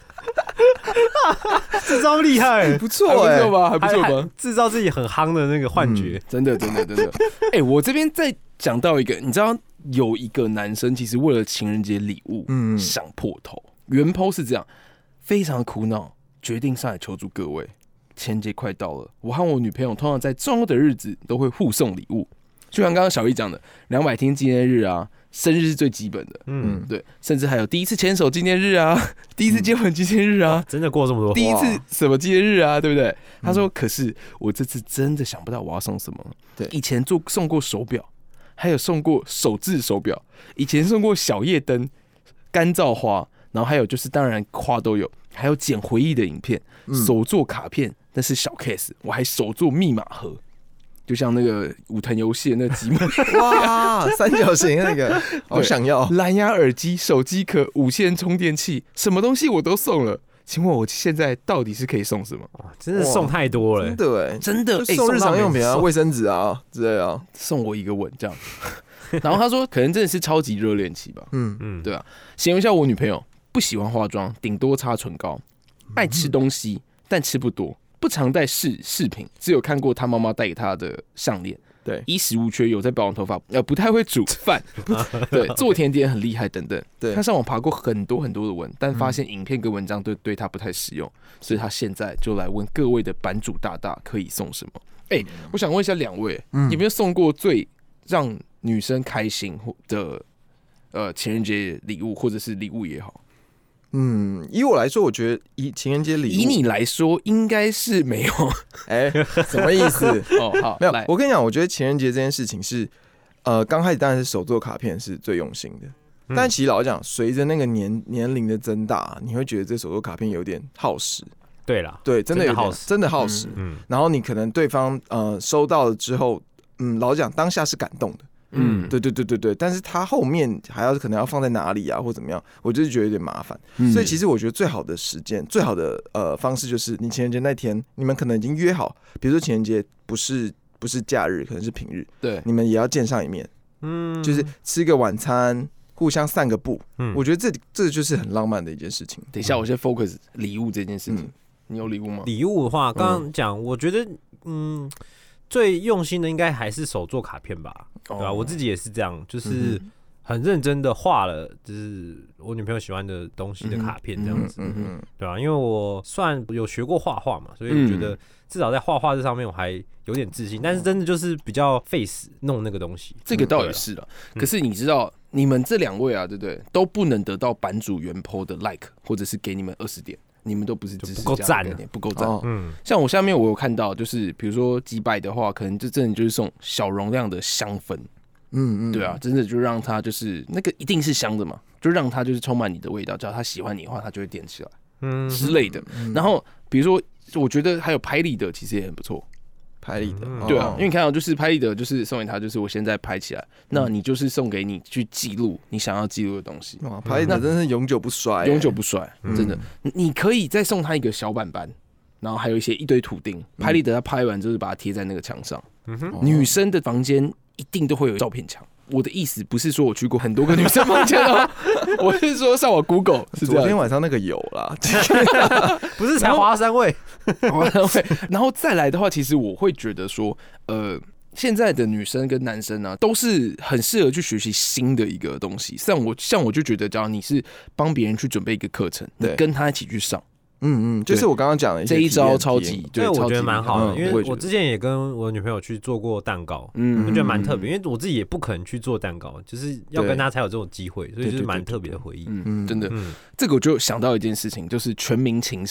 Speaker 2: 这招厉害，
Speaker 3: 不错
Speaker 4: 哎，不错吧？还不错吧？
Speaker 2: 制造自己很夯的那个幻觉，
Speaker 4: 嗯、真的，真的，真的。哎、欸，我这边再讲到一个，你知道有一个男生其实为了情人节礼物，嗯，想破头。原 po 是这样，非常苦恼，决定上来求助各位。情人节快到了，我和我女朋友通常在重要的日子都会互送礼物，就像刚刚小易讲的，两百天纪念日啊，生日是最基本的，嗯，对，甚至还有第一次牵手纪念日啊，第一次结婚纪念日啊，
Speaker 2: 真的过这么多，
Speaker 4: 第一次什么纪念日啊，对不对？他说，可是我这次真的想不到我要送什么。对，以前做送过手表，还有送过手制手表，以前送过小夜灯、干燥花，然后还有就是当然花都有，还有剪回忆的影片、手做卡片。那是小 case， 我还手做密码盒，就像那个武藤游戏的那积木，
Speaker 3: 哇，三角形那个，好想要。
Speaker 4: 蓝牙耳机、手机壳、无线充电器，什么东西我都送了。请问我现在到底是可以送什么？
Speaker 2: 真的送太多了、欸，
Speaker 3: 真的哎，
Speaker 4: 真的、
Speaker 3: 欸、送日常用品啊，卫生纸啊之类啊，
Speaker 4: 送我一个吻这样。然后他说，可能真的是超级热恋期吧。嗯嗯，对啊。形容一下我女朋友，不喜欢化妆，顶多擦唇膏，爱吃东西，但吃不多。不常带饰饰品，只有看过他妈妈带给他的项链。对，衣食无缺，有在保养头发，呃，不太会煮饭，对，做甜点很厉害等等。对，他上网爬过很多很多的文，但发现影片跟文章对对他不太实用，所以他现在就来问各位的版主大大可以送什么？哎、欸，我想问一下两位，嗯、有没有送过最让女生开心的呃情人节礼物，或者是礼物也好？
Speaker 3: 嗯，以我来说，我觉得以情人节礼物，
Speaker 4: 以你来说应该是没有。
Speaker 3: 哎、欸，什么意思？
Speaker 4: 哦，好，
Speaker 3: 没有。我跟你讲，我觉得情人节这件事情是，呃，刚开始当然是手做卡片是最用心的，嗯、但其实老实讲，随着那个年年龄的增大，你会觉得这手做卡片有点耗时。
Speaker 2: 对啦，
Speaker 3: 对，真的有点
Speaker 2: 耗时，
Speaker 3: 真的耗时。嗯，嗯然后你可能对方呃收到了之后，嗯，老实讲当下是感动的。嗯，对对对对对，但是他后面还要可能要放在哪里啊，或怎么样，我就是觉得有点麻烦。嗯、所以其实我觉得最好的时间、最好的呃方式就是，你情人节那天，你们可能已经约好，比如说情人节不是不是假日，可能是平日，对，你们也要见上一面，嗯，就是吃个晚餐，互相散个步。嗯，我觉得这这就是很浪漫的一件事情。
Speaker 4: 等一下，我先 focus 礼物这件事情。嗯、你有礼物吗？
Speaker 2: 礼物的话，刚刚讲，我觉得嗯。最用心的应该还是手做卡片吧，对吧、啊？我自己也是这样，就是很认真的画了，就是我女朋友喜欢的东西的卡片这样子，对吧、啊？因为我算有学过画画嘛，所以我觉得至少在画画这上面我还有点自信，但是真的就是比较费时弄那个东西。
Speaker 4: 这个倒也是了，可是你知道，你们这两位啊，对不对？都不能得到版主原 po 的 like， 或者是给你们二十点。你们都不是支持，
Speaker 2: 不够赞，
Speaker 4: 不够赞。嗯，像我下面我有看到，就是比如说几百的话，可能就真的就是送小容量的香氛。嗯嗯，对啊，真的就让他就是那个一定是香的嘛，就让他就是充满你的味道，只要他喜欢你的话，他就会点起来，嗯之类的。然后比如说，我觉得还有拍立得，其实也很不错。
Speaker 3: 拍立得，
Speaker 4: 对啊，因为你看到就是拍立得，就是送给他，就是我现在拍起来，那你就是送给你去记录你想要记录的东西。
Speaker 3: 哇，拍立得真是永久不衰，
Speaker 4: 永久不衰，真的。你可以再送他一个小板板，然后还有一些一堆图钉。拍立得他拍完就是把它贴在那个墙上。女生的房间一定都会有照片墙。我的意思不是说我去过很多个女生房间哦，我是说上我 Google 是这样。
Speaker 3: 昨天晚上那个有啦，
Speaker 2: 不是才华山味，
Speaker 4: 华山味。然后再来的话，其实我会觉得说，呃，现在的女生跟男生啊，都是很适合去学习新的一个东西。像我，像我就觉得，只要你是帮别人去准备一个课程，你跟他一起去上。
Speaker 3: 嗯嗯，就是我刚刚讲的
Speaker 4: 这一招超级，
Speaker 2: 对，我觉得蛮好的，因为我之前也跟我女朋友去做过蛋糕，嗯，我觉得蛮特别，因为我自己也不可能去做蛋糕，就是要跟她才有这种机会，所以就是蛮特别的回忆。
Speaker 4: 嗯，真的，这个我就想到一件事情，就是全民情圣，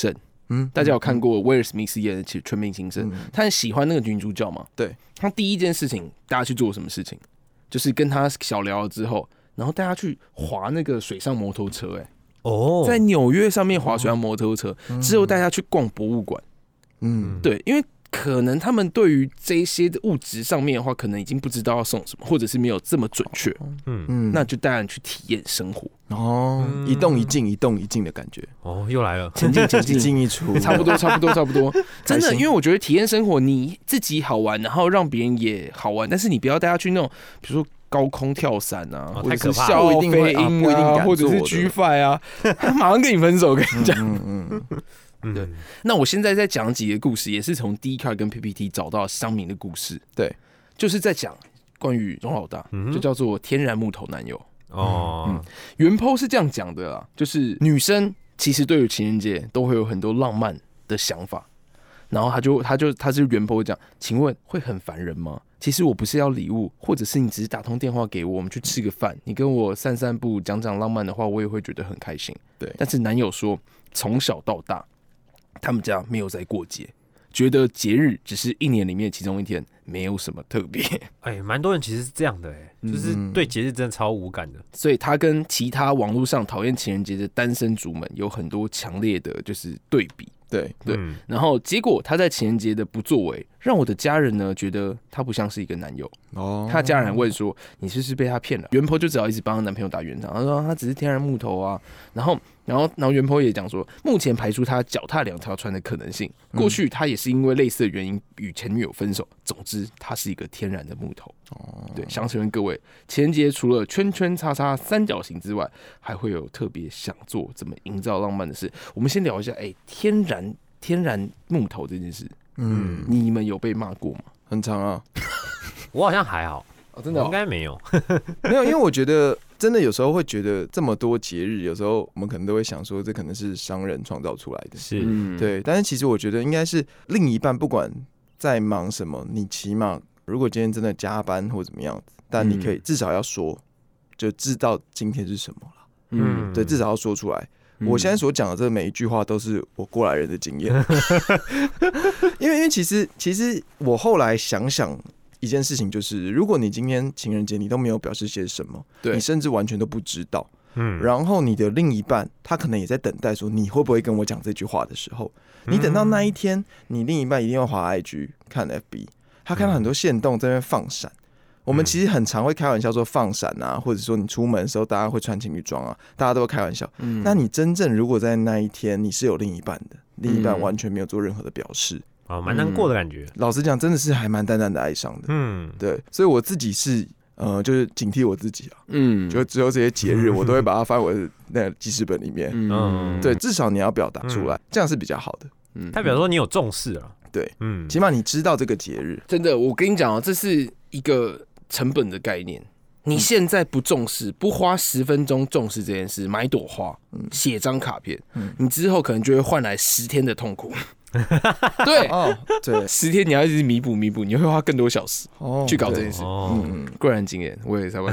Speaker 4: 嗯，大家有看过威尔史密斯演的《全民情圣》，他很喜欢那个女主角嘛？
Speaker 3: 对，
Speaker 4: 他第一件事情，大家去做什么事情？就是跟他小聊了之后，然后带他去滑那个水上摩托车、欸，哎，哦，在纽约上面滑水上摩托车，哦、之后带他去逛博物馆，嗯，对，因为可能他们对于这些的物质上面的话，可能已经不知道要送什么，或者是没有这么准确，嗯嗯，那就带人去体验生活。
Speaker 3: 哦，嗯、一动一静，一动一静的感觉。
Speaker 2: 哦，又来了，
Speaker 4: 前进前进，
Speaker 3: 一进一出，
Speaker 4: 差不多差不多差不多。真的，因为我觉得体验生活，你自己好玩，然后让别人也好玩，但是你不要带他去那种，比如说高空跳伞啊，
Speaker 2: 哦、
Speaker 4: 或者
Speaker 2: 是
Speaker 4: 笑飞鹰啊，或者是 G 五 啊，他马上跟你分手，跟你讲。嗯嗯嗯。对，那我现在在讲几个故事，也是从 Dcard 跟 P P T 找到乡民的故事。
Speaker 3: 对，
Speaker 4: 就是在讲关于钟老大，嗯、就叫做天然木头男友。
Speaker 2: 哦，
Speaker 4: 嗯，原 po 是这样讲的啦，就是女生其实对于情人节都会有很多浪漫的想法，然后他就他就他是原 po 讲，请问会很烦人吗？其实我不是要礼物，或者是你只是打通电话给我，我们去吃个饭，你跟我散散步，讲讲浪漫的话，我也会觉得很开心。
Speaker 3: 对，
Speaker 4: 但是男友说，从小到大，他们家没有在过节，觉得节日只是一年里面其中一天，没有什么特别。
Speaker 2: 哎，蛮多人其实是这样的，哎，就是对节日真的超无感的。
Speaker 4: 所以他跟其他网络上讨厌情人节的单身族们有很多强烈的就是对比。
Speaker 3: 对
Speaker 4: 对、嗯，然后结果他在情人节的不作为，让我的家人呢觉得他不像是一个男友。哦，他的家人问说：“你是不是被他骗了？”原 po 就只好一直帮他男朋友打圆场，他说他只是天然木头啊。然后，然后，然后原 po 也讲说，目前排除他脚踏两条船的可能性。过去他也是因为类似的原因与前女友分手。总之，他是一个天然的木头。哦，对，想请问各位，情人节除了圈圈、叉叉、三角形之外，还会有特别想做怎么营造浪漫的事？我们先聊一下，哎、欸，天然天然木头这件事，嗯，你们有被骂过吗？
Speaker 3: 很长啊，
Speaker 2: 我好像还好，
Speaker 4: 哦、真的、哦、
Speaker 2: 应该没有，
Speaker 3: 没有，因为我觉得真的有时候会觉得这么多节日，有时候我们可能都会想说，这可能是商人创造出来的，
Speaker 2: 是，
Speaker 3: 对，但是其实我觉得应该是另一半不管在忙什么，你起码如果今天真的加班或怎么样，但你可以至少要说，就知道今天是什么了，嗯，对，至少要说出来。我现在所讲的这每一句话都是我过来人的经验，因为因为其实其实我后来想想一件事情，就是如果你今天情人节你都没有表示些什么，你甚至完全都不知道，嗯，然后你的另一半他可能也在等待说你会不会跟我讲这句话的时候，你等到那一天，你另一半一定会滑 I G 看 F B， 他看到很多限动在那边放闪。我们其实很常会开玩笑说放闪啊，或者说你出门的时候大家会穿情侣装啊，大家都会开玩笑。嗯，那你真正如果在那一天你是有另一半的，另一半完全没有做任何的表示，
Speaker 2: 啊、嗯，蛮难过的感觉。
Speaker 3: 嗯、老实讲，真的是还蛮淡淡的哀伤的。嗯，对，所以我自己是呃，就是警惕我自己啊。嗯，就只有这些节日，我都会把它放在我的那个记事本里面。嗯，对，至少你要表达出来，嗯、这样是比较好的。
Speaker 2: 嗯，代表说你有重视了。
Speaker 3: 对，嗯，起码你知道这个节日。
Speaker 4: 真的，我跟你讲啊，这是一个成本的概念，你现在不重视，不花十分钟重视这件事，买朵花，写张卡片，你之后可能就会换来十天的痛苦。对，哦，对，十天你要一直弥补弥补，你会花更多小时去搞这件事。哦，嗯，个人经验，我也在问。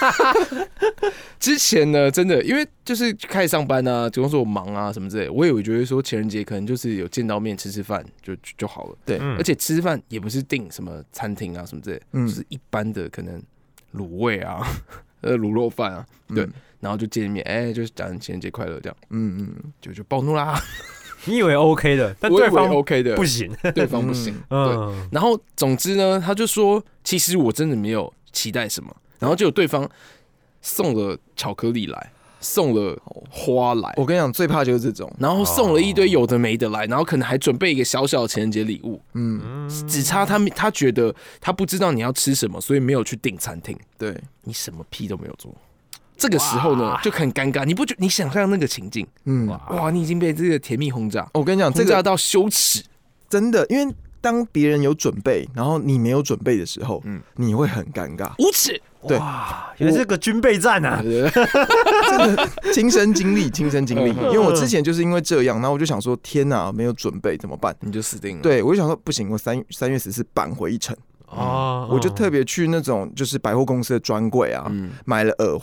Speaker 4: 之前呢，真的因为就是开始上班啊，比方说我忙啊什么之类的，我也觉得说情人节可能就是有见到面吃吃饭就就好了。对，而且吃饭也不是订什么餐厅啊什么之类的，嗯，就是一般的可能卤味啊，呃卤肉饭啊，对，嗯、然后就见面，哎、欸，就是讲情人节快乐这样，嗯嗯，就就暴怒啦。
Speaker 2: 你以为 OK 的，但对方
Speaker 4: OK 的
Speaker 2: 不行，
Speaker 4: 对方不行。嗯，对。然后总之呢，他就说，其实我真的没有期待什么，然后就有对方送了巧克力来，送了花来。
Speaker 3: 我跟你讲，最怕就是这种，
Speaker 4: 然后送了一堆有的没的来，然后可能还准备一个小小的情人节礼物。嗯，只差他他觉得他不知道你要吃什么，所以没有去订餐厅。
Speaker 3: 对，
Speaker 4: 你什么屁都没有做。这个时候呢，就很尴尬。你不觉你想象那个情境，嗯，哇，你已经被这个甜蜜轰炸。
Speaker 3: 我跟你讲，
Speaker 4: 轰炸到羞耻，
Speaker 3: 真的，因为当别人有准备，然后你没有准备的时候，嗯，你会很尴尬，
Speaker 4: 无耻。
Speaker 3: 对，
Speaker 2: 哇，原来是个军备战啊！
Speaker 3: 真的亲身经历，亲身经历。因为我之前就是因为这样，然后我就想说，天哪，没有准备怎么办？
Speaker 4: 你就死定了。
Speaker 3: 对，我就想说，不行，我三三月十四扳回一城。哦，我就特别去那种就是百货公司的专柜啊，嗯、买了耳环。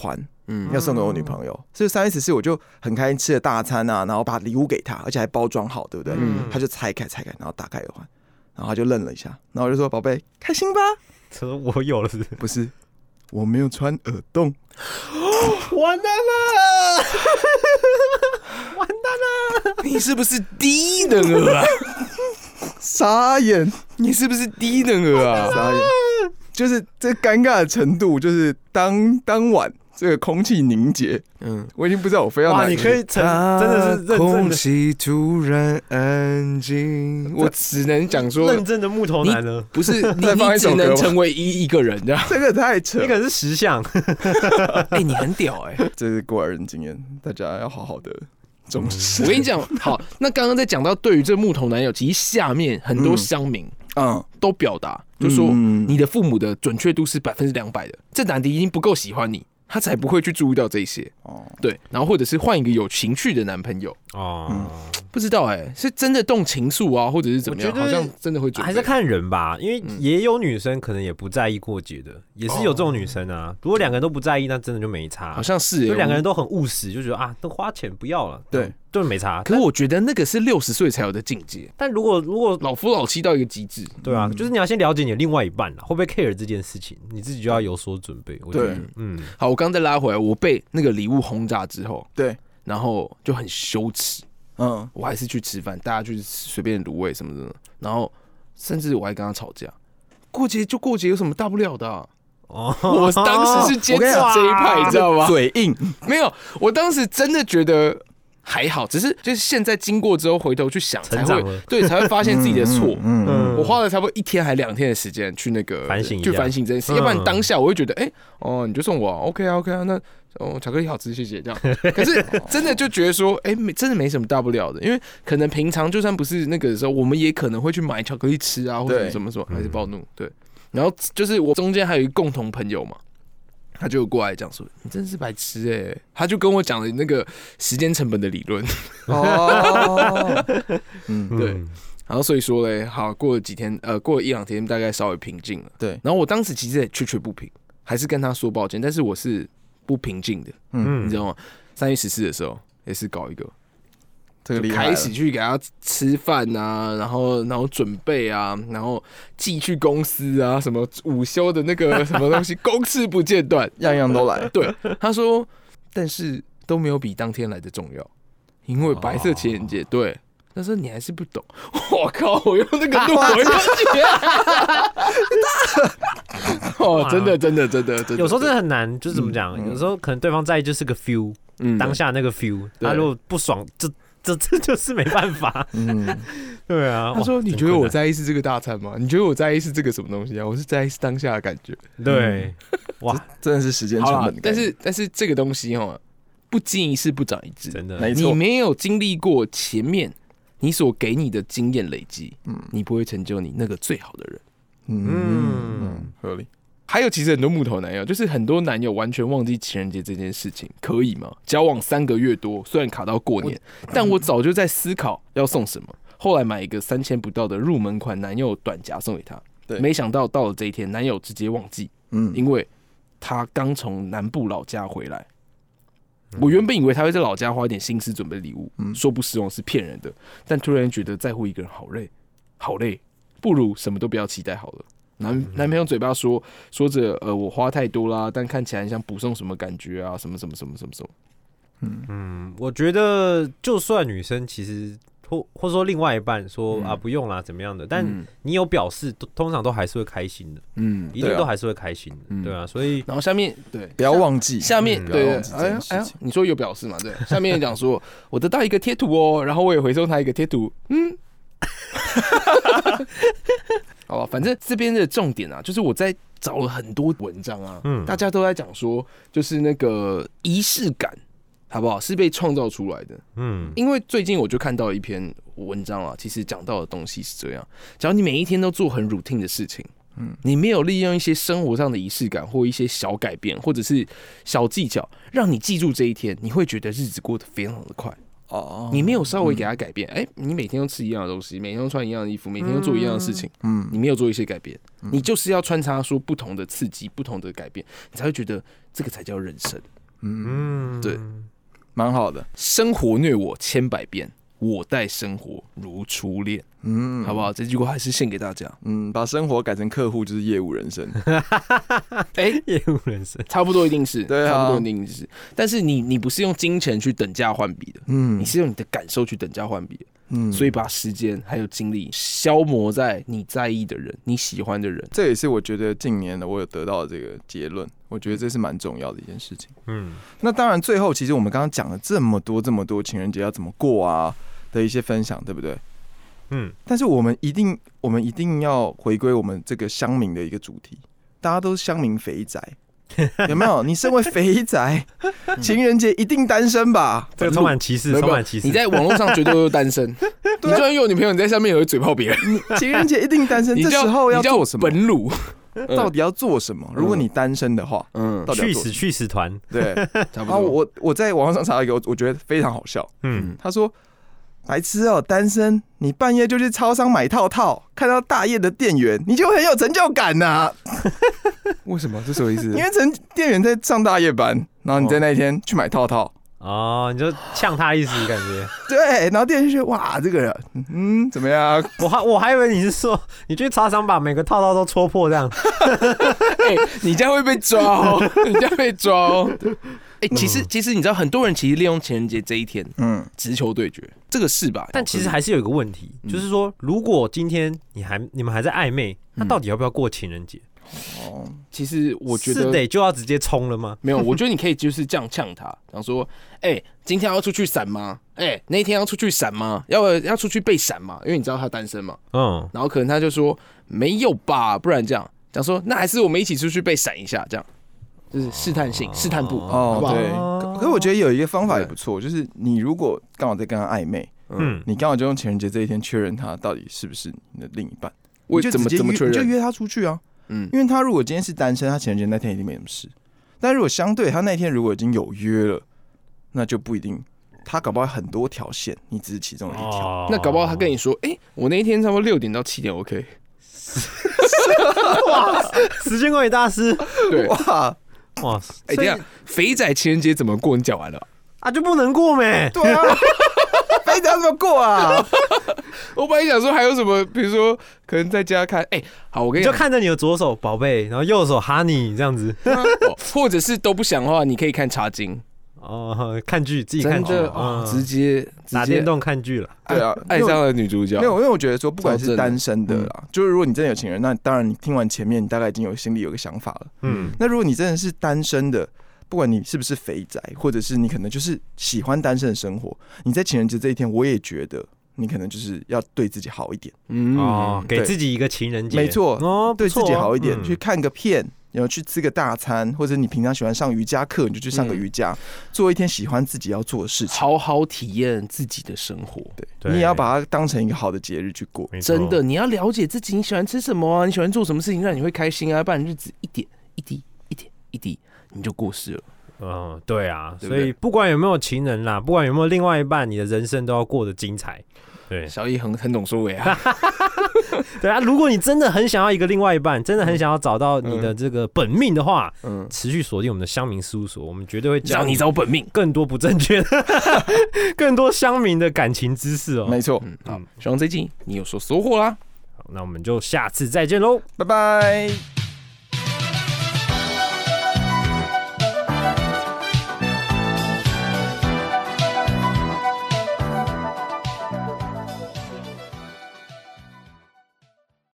Speaker 3: 嗯，要送给我女朋友。所以三月十四我就很开心吃了大餐啊，然后把礼物给她，而且还包装好，对不对？嗯，她就拆开拆开，然后打开耳环，然后她就愣了一下，然后我就说：“宝贝，开心吧？”
Speaker 2: 说我有了是不是？
Speaker 3: 不是，我没有穿耳洞。
Speaker 2: 完蛋了！完蛋了！
Speaker 4: 你是不是低能儿啊？
Speaker 3: 傻眼！
Speaker 4: 你是不是低能儿啊？
Speaker 3: 傻眼！就是这尴尬的程度，就是当当晚这个空气凝结，嗯，我已经不知道我非要哪。
Speaker 2: 哇，你可以真的是认真的。
Speaker 4: 空气突然安静，我只能讲说，
Speaker 2: 认真的木头男呢？
Speaker 4: 不是你，你只能成为一一个人，这样。
Speaker 3: 这个太扯，
Speaker 2: 你可能是石像。
Speaker 4: 哎，你很屌哎，
Speaker 3: 这是过来人经验，大家要好好的重视。
Speaker 4: 我跟你讲，好，那刚刚在讲到对于这木头男友，其实下面很多乡民。嗯，都表达就说你的父母的准确度是百分之两百的，这男的已经不够喜欢你，他才不会去注意到这些。哦，对，然后或者是换一个有情趣的男朋友。哦，嗯、不知道哎、欸，是真的动情愫啊，或者是怎么样？好像真的会准备。
Speaker 2: 还是看人吧，因为也有女生可能也不在意过节的，也是有这种女生啊。如果两个人都不在意，那真的就没差。
Speaker 4: 好像是、欸，
Speaker 2: 就两个人都很务实，就觉得啊，都花钱不要了。
Speaker 3: 对。
Speaker 2: 就没差，
Speaker 4: 可是我觉得那个是六十岁才有的境界。
Speaker 2: 但如果如果
Speaker 4: 老夫老妻到一个极致，
Speaker 2: 对啊，就是你要先了解你的另外一半啦，会不会 care 这件事情，你自己就要有所准备。我觉得，
Speaker 4: 嗯，好，我刚再拉回来，我被那个礼物轰炸之后，
Speaker 3: 对，
Speaker 4: 然后就很羞耻，嗯，我还是去吃饭，大家去随便卤味什么的，然后甚至我还跟他吵架。过节就过节，有什么大不了的、啊？哦，我当时是坚持这一派，你知道吗？
Speaker 3: 嘴硬，
Speaker 4: 没有，我当时真的觉得。还好，只是就是现在经过之后回头去想，才会对才会发现自己的错。嗯嗯，我花了差不多一天还两天的时间去那个
Speaker 2: 反省，
Speaker 4: 去反省这件事。要不然当下我会觉得，哎、欸，哦，你就送我、啊、，OK 啊 ，OK 啊，那哦巧克力好吃，谢谢这样。可是真的就觉得说，哎、欸，真的没什么大不了的，因为可能平常就算不是那个的时候，我们也可能会去买巧克力吃啊，或者什么什么，还是暴怒。对，然后就是我中间还有一个共同朋友嘛。他就过来讲说：“你真是白痴哎、欸！”他就跟我讲了那个时间成本的理论。哦，嗯，对。然后所以说嘞，好，过了几天，呃，过了一两天，大概稍微平静了。
Speaker 3: 对。
Speaker 4: 然后我当时其实也雀雀不平，还是跟他说抱歉，但是我是不平静的。嗯，你知道吗？三月十四的时候也是搞一个。
Speaker 3: 这个
Speaker 4: 开始去给他吃饭啊，然后然后准备啊，然后寄去公司啊，什么午休的那个什么东西，公事不间断，
Speaker 3: 样样都来。
Speaker 4: 对，他说，但是都没有比当天来的重要，因为白色情人节。对，他说你还是不懂。我靠，我用那个录回去。哦，真的，真的，真的，真的，
Speaker 2: 有时候真的很难，就是怎么讲？有时候可能对方在意就是个 feel， 当下那个 feel， 他如果不爽，就。这这就是没办法，嗯，对啊。
Speaker 4: 他说：“你觉得我在意是这个大餐吗？你觉得我在意是这个什么东西啊？我是在意是当下的感觉。”
Speaker 2: 对，哇，
Speaker 3: 真的是时间成本。
Speaker 4: 但是但是这个东西哈，不经一事不长一智，
Speaker 2: 真的，
Speaker 3: 没错。
Speaker 4: 你没有经历过前面你所给你的经验累积，嗯，你不会成就你那个最好的人。
Speaker 3: 嗯，合理。
Speaker 4: 还有，其实很多木头男友，就是很多男友完全忘记情人节这件事情，可以吗？交往三个月多，虽然卡到过年，但我早就在思考要送什么。后来买一个三千不到的入门款男友短夹送给他，对，没想到到了这一天，男友直接忘记，嗯，因为他刚从南部老家回来。我原本以为他会在老家花一点心思准备礼物，嗯，说不实用是骗人的，但突然觉得在乎一个人好累，好累，不如什么都不要期待好了。男男朋友嘴巴说说着，呃，我花太多啦，但看起来很像补送什么感觉啊，什么什么什么什么什么。
Speaker 2: 嗯嗯，我觉得就算女生其实或或说另外一半说、嗯、啊不用啦怎么样的，但你有表示，通常都还是会开心的，嗯，一定都还是会开心的，嗯、对啊，所以
Speaker 4: 然后下面对
Speaker 3: 不要忘记，
Speaker 4: 下面、嗯、对，哎呀哎呀，你说有表示嘛？对，下面讲说我得到一个贴图哦，然后我也回送他一个贴图，嗯。好吧，反正这边的重点啊，就是我在找了很多文章啊，嗯，大家都在讲说，就是那个仪式感，好不好？是被创造出来的，嗯，因为最近我就看到一篇文章啊，其实讲到的东西是这样：假如你每一天都做很 routine 的事情，嗯，你没有利用一些生活上的仪式感或一些小改变，或者是小技巧，让你记住这一天，你会觉得日子过得非常的快。哦，你没有稍微给他改变，哎、嗯欸，你每天都吃一样的东西，每天都穿一样的衣服，每天都做一样的事情，嗯，你没有做一些改变，嗯、你就是要穿插说不同的刺激、不同的改变，你才会觉得这个才叫人生。
Speaker 3: 嗯，
Speaker 4: 对，
Speaker 3: 蛮好的。
Speaker 4: 生活虐我千百遍，我待生活如初恋。嗯，好不好？这句话还是献给大家。
Speaker 3: 嗯，把生活改成客户就是业务人生。
Speaker 2: 哎、欸，业务人生
Speaker 4: 差不多一定是，
Speaker 3: 对啊，
Speaker 4: 差不多一定是。但是你你不是用金钱去等价换比的，嗯，你是用你的感受去等价换比的。嗯，所以把时间还有精力消磨在你在意的人、你喜欢的人，
Speaker 3: 这也是我觉得近年的我有得到的这个结论。我觉得这是蛮重要的一件事情。嗯，那当然，最后其实我们刚刚讲了这么多、这么多情人节要怎么过啊的一些分享，对不对？嗯，但是我们一定，我们一定要回归我们这个乡民的一个主题，大家都是乡民肥宅。有没有？你身为肥宅，情人节一定单身吧？
Speaker 2: 这个充满歧视，充满歧视。
Speaker 4: 你在网络上绝对都是单身，你就算有女朋友，你在上面也会嘴炮别人。
Speaker 3: 情人节一定单身，这时候要做什么？
Speaker 4: 本鲁
Speaker 3: 到底要做什么？如果你单身的话，嗯，
Speaker 2: 去死去死团，
Speaker 3: 对，差不多。我我在网上查到一个，我觉得非常好笑。嗯，他说。白痴哦、喔，单身，你半夜就去超商买套套，看到大夜的店员，你就很有成就感呐、啊。
Speaker 4: 为什么？这什么意思？
Speaker 3: 因为成店员在上大夜班，然后你在那一天去买套套，
Speaker 2: 哦，你就呛他意思，感觉。
Speaker 3: 对，然后店员就觉得哇，这个人，嗯，怎么样？
Speaker 2: 我还我还以为你是说你去超商把每个套套都戳破这样。
Speaker 4: 哎、欸，你这样会被抓哦，你这样被抓哦。哎、欸，其实其实你知道，很多人其实利用情人节这一天，嗯，直球对决，这个是吧？
Speaker 2: 但其实还是有一个问题，嗯、就是说，如果今天你还你们还在暧昧，那到底要不要过情人节？
Speaker 4: 哦，其实我觉得
Speaker 2: 是得就要直接冲了吗？
Speaker 4: 没有，我觉得你可以就是这样呛他，想说，哎、欸，今天要出去闪吗？哎、欸，那一天要出去闪吗？要要出去被闪吗？因为你知道他单身嘛，嗯，然后可能他就说没有吧，不然这样，讲说那还是我们一起出去被闪一下，这样。就是试探性、试探步，
Speaker 3: 哦，对。可可我觉得有一个方法也不错，就是你如果刚好在跟他暧昧，嗯，你刚好就用情人节这一天确认他到底是不是你的另一半，你就直接约，你就约他出去啊，嗯，因为他如果今天是单身，他情人节那天一定没什么事。但如果相对他那天如果已经有约了，那就不一定。他搞不好很多条线，你只是其中的一条。
Speaker 4: 哦、那搞不好他跟你说，哎、欸，我那一天差不多六点到七点 OK。
Speaker 2: 哇，时间管理大师，
Speaker 4: 对，
Speaker 3: 哇。
Speaker 2: 哇，
Speaker 4: 哎、欸，等一下，肥仔情人节怎么过？你讲完了
Speaker 2: 啊，就不能过没？
Speaker 3: 对啊，肥仔怎么过啊？
Speaker 4: 我本来想说还有什么，比如说可能在家看，哎、欸，好，我跟你
Speaker 2: 就看着你的左手宝贝，然后右手 honey 这样子，
Speaker 4: 哦、或者是都不想的话，你可以看茶经。
Speaker 2: 哦，看剧自己看剧，
Speaker 4: 哦、直接
Speaker 2: 打电动看剧了。
Speaker 3: 对啊，
Speaker 4: 爱上了女主角。
Speaker 3: 没有，因为我觉得说，不管是单身的啦，嗯、就是如果你真的有情人，那当然你听完前面，你大概已经有心里有个想法了。嗯，那如果你真的是单身的，不管你是不是肥宅，或者是你可能就是喜欢单身的生活，你在情人节这一天，我也觉得你可能就是要对自己好一点。
Speaker 2: 嗯，哦，给自己一个情人节，
Speaker 3: 没错，
Speaker 2: 哦，
Speaker 3: 对自己好一点，嗯、去看个片。然后去吃个大餐，或者你平常喜欢上瑜伽课，你就去上个瑜伽，嗯、做一天喜欢自己要做的事情，
Speaker 4: 好好体验自己的生活。
Speaker 3: 对，对你也要把它当成一个好的节日去过。
Speaker 4: 真的，你要了解自己，你喜欢吃什么啊？你喜欢做什么事情让你会开心啊？不然日子一点一滴、一点一滴，你就过世了。
Speaker 2: 嗯，对啊，对对，所以不管有没有情人啦，不管有没有另外一半，你的人生都要过得精彩。对，
Speaker 4: 小易很很懂收尾啊。
Speaker 2: 对啊，如果你真的很想要一个另外一半，真的很想要找到你的这个本命的话，嗯，持续锁定我们的乡民事务所，我们绝对会教
Speaker 4: 你找本命，
Speaker 2: 更多不正确的、更多乡民的感情知识哦。
Speaker 3: 没错，
Speaker 4: 嗯，好，希望这集你有所收获啦。
Speaker 2: 好，那我们就下次再见喽，
Speaker 3: 拜拜。